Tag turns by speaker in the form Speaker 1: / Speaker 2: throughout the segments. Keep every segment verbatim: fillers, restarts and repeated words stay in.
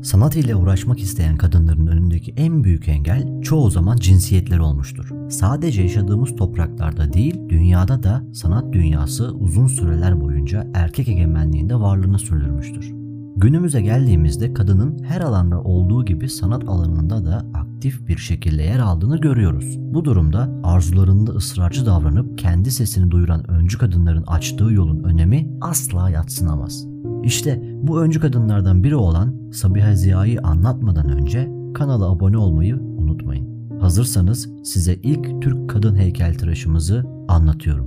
Speaker 1: Sanat ile uğraşmak isteyen kadınların önündeki en büyük engel çoğu zaman cinsiyetler olmuştur. Sadece yaşadığımız topraklarda değil, dünyada da sanat dünyası uzun süreler boyunca erkek egemenliğinde varlığını sürdürmüştür. Günümüze geldiğimizde kadının her alanda olduğu gibi sanat alanında da aktif bir şekilde yer aldığını görüyoruz. Bu durumda arzularında ısrarcı davranıp kendi sesini duyuran öncü kadınların açtığı yolun önemi asla yadsınamaz. İşte bu öncü kadınlardan biri olan Sabiha Ziya'yı anlatmadan önce kanala abone olmayı unutmayın. Hazırsanız size ilk Türk kadın heykeltıraşımızı anlatıyorum.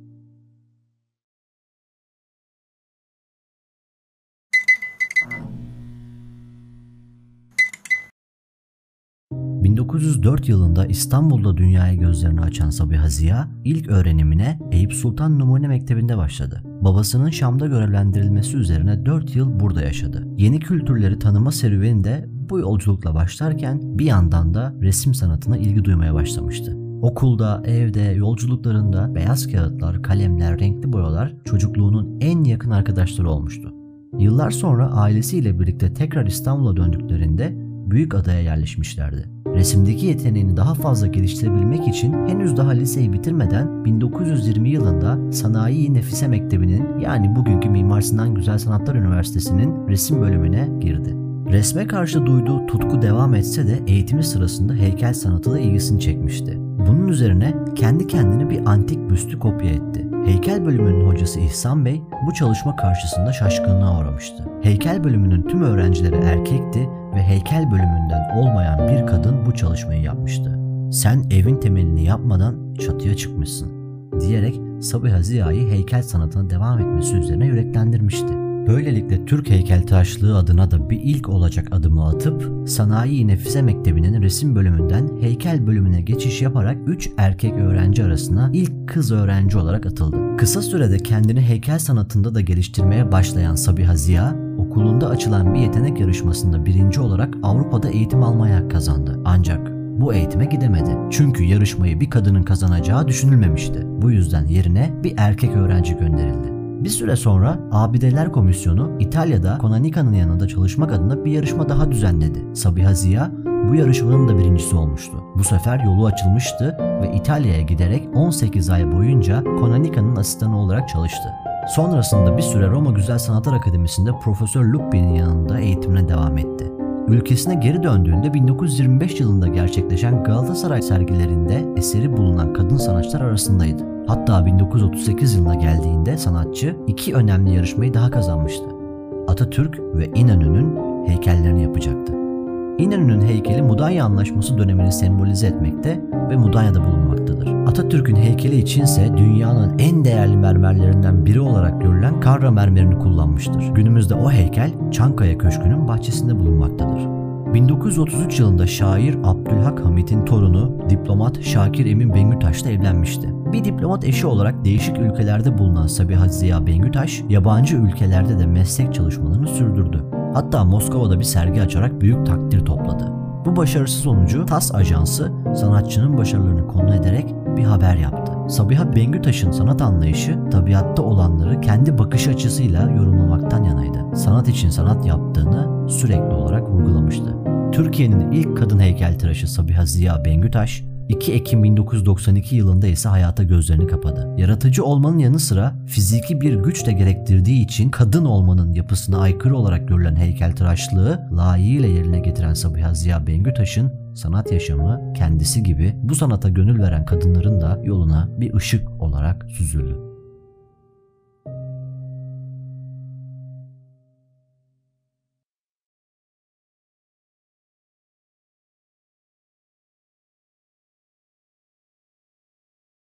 Speaker 1: bin dokuz yüz dört yılında İstanbul'da dünyaya gözlerini açan Sabiha Ziya, ilk öğrenimine Eyüp Sultan Numune Mektebi'nde başladı. Babasının Şam'da görevlendirilmesi üzerine dört yıl burada yaşadı. Yeni kültürleri tanıma serüveni de bu yolculukla başlarken bir yandan da resim sanatına ilgi duymaya başlamıştı. Okulda, evde, yolculuklarında beyaz kağıtlar, kalemler, renkli boyalar çocukluğunun en yakın arkadaşları olmuştu. Yıllar sonra ailesiyle birlikte tekrar İstanbul'a döndüklerinde Büyükada'ya yerleşmişlerdi. Resimdeki yeteneğini daha fazla geliştirebilmek için henüz daha liseyi bitirmeden bin dokuz yüz yirmi yılında Sanayi Nefise Mektebi'nin, yani bugünkü Mimar Sinan Güzel Sanatlar Üniversitesi'nin resim bölümüne girdi. Resme karşı duyduğu tutku devam etse de eğitimi sırasında heykel sanatı da ilgisini çekmişti. Bunun üzerine kendi kendine bir antik büstü kopya etti. Heykel bölümünün hocası İhsan Bey bu çalışma karşısında şaşkınlığa uğramıştı. Heykel bölümünün tüm öğrencileri erkekti ve heykel bölümünden olmayan bir kadın bu çalışmayı yapmıştı. "Sen evin temelini yapmadan çatıya çıkmışsın," diyerek Sabiha Ziya'yı heykel sanatına devam etmesi üzerine yüreklendirmişti. Böylelikle Türk heykeltıraşlığı adına da bir ilk olacak adımı atıp Sanayi Nefise Mektebi'nin resim bölümünden heykel bölümüne geçiş yaparak üç erkek öğrenci arasına ilk kız öğrenci olarak atıldı. Kısa sürede kendini heykel sanatında da geliştirmeye başlayan Sabiha Ziya, okulunda açılan bir yetenek yarışmasında birinci olarak Avrupa'da eğitim almaya hak kazandı. Ancak bu eğitime gidemedi. Çünkü yarışmayı bir kadının kazanacağı düşünülmemişti. Bu yüzden yerine bir erkek öğrenci gönderildi. Bir süre sonra Abideler Komisyonu İtalya'da Konanika'nın yanında çalışmak adına bir yarışma daha düzenledi. Sabiha Ziya bu yarışmanın da birincisi olmuştu. Bu sefer yolu açılmıştı ve İtalya'ya giderek on sekiz ay boyunca Konanika'nın asistanı olarak çalıştı. Sonrasında bir süre Roma Güzel Sanatlar Akademisi'nde Profesör Luppi'nin yanında eğitimine devam etti. Ülkesine geri döndüğünde bin dokuz yüz yirmi beş yılında gerçekleşen Galatasaray sergilerinde eseri bulunan kadın sanatçılar arasındaydı. Hatta bin dokuz yüz otuz sekiz yılına geldiğinde sanatçı iki önemli yarışmayı daha kazanmıştı. Atatürk ve İnönü'nün heykellerini yapacaktı. İnönü'nün heykeli Mudanya Anlaşması dönemini sembolize etmekte ve Mudanya'da bulunmaktadır. Atatürk'ün heykeli içinse dünyanın en değerli mermerlerinden biri olarak görülen Karra mermerini kullanmıştır. Günümüzde o heykel Çankaya Köşkü'nün bahçesinde bulunmaktadır. bin dokuz yüz otuz üç yılında şair Abdülhak Hamit'in torunu diplomat Şakir Emin Bengütaş'la evlenmişti. Bir diplomat eşi olarak değişik ülkelerde bulunan Sabiha Ziya Bengütaş, yabancı ülkelerde de meslek çalışmalarını sürdürdü. Hatta Moskova'da bir sergi açarak büyük takdir topladı. Bu başarısı sonucu TAS Ajansı sanatçının başarılarını konu ederek bir haber yaptı. Sabiha Bengütaş'ın sanat anlayışı tabiatta olanları kendi bakış açısıyla yorumlamaktan yanaydı. Sanat için sanat yaptığını sürekli olarak vurgulamıştı. Türkiye'nin ilk kadın heykeltıraşı Sabiha Ziya Bengütaş, iki Ekim bin dokuz yüz doksan iki yılında ise hayata gözlerini kapadı. Yaratıcı olmanın yanı sıra fiziki bir güç de gerektirdiği için kadın olmanın yapısına aykırı olarak görülen heykeltıraşlığı layığıyla yerine getiren Sabiha Ziya Bengütaş'ın sanat yaşamı kendisi gibi bu sanata gönül veren kadınların da yoluna bir ışık olarak süzüldü.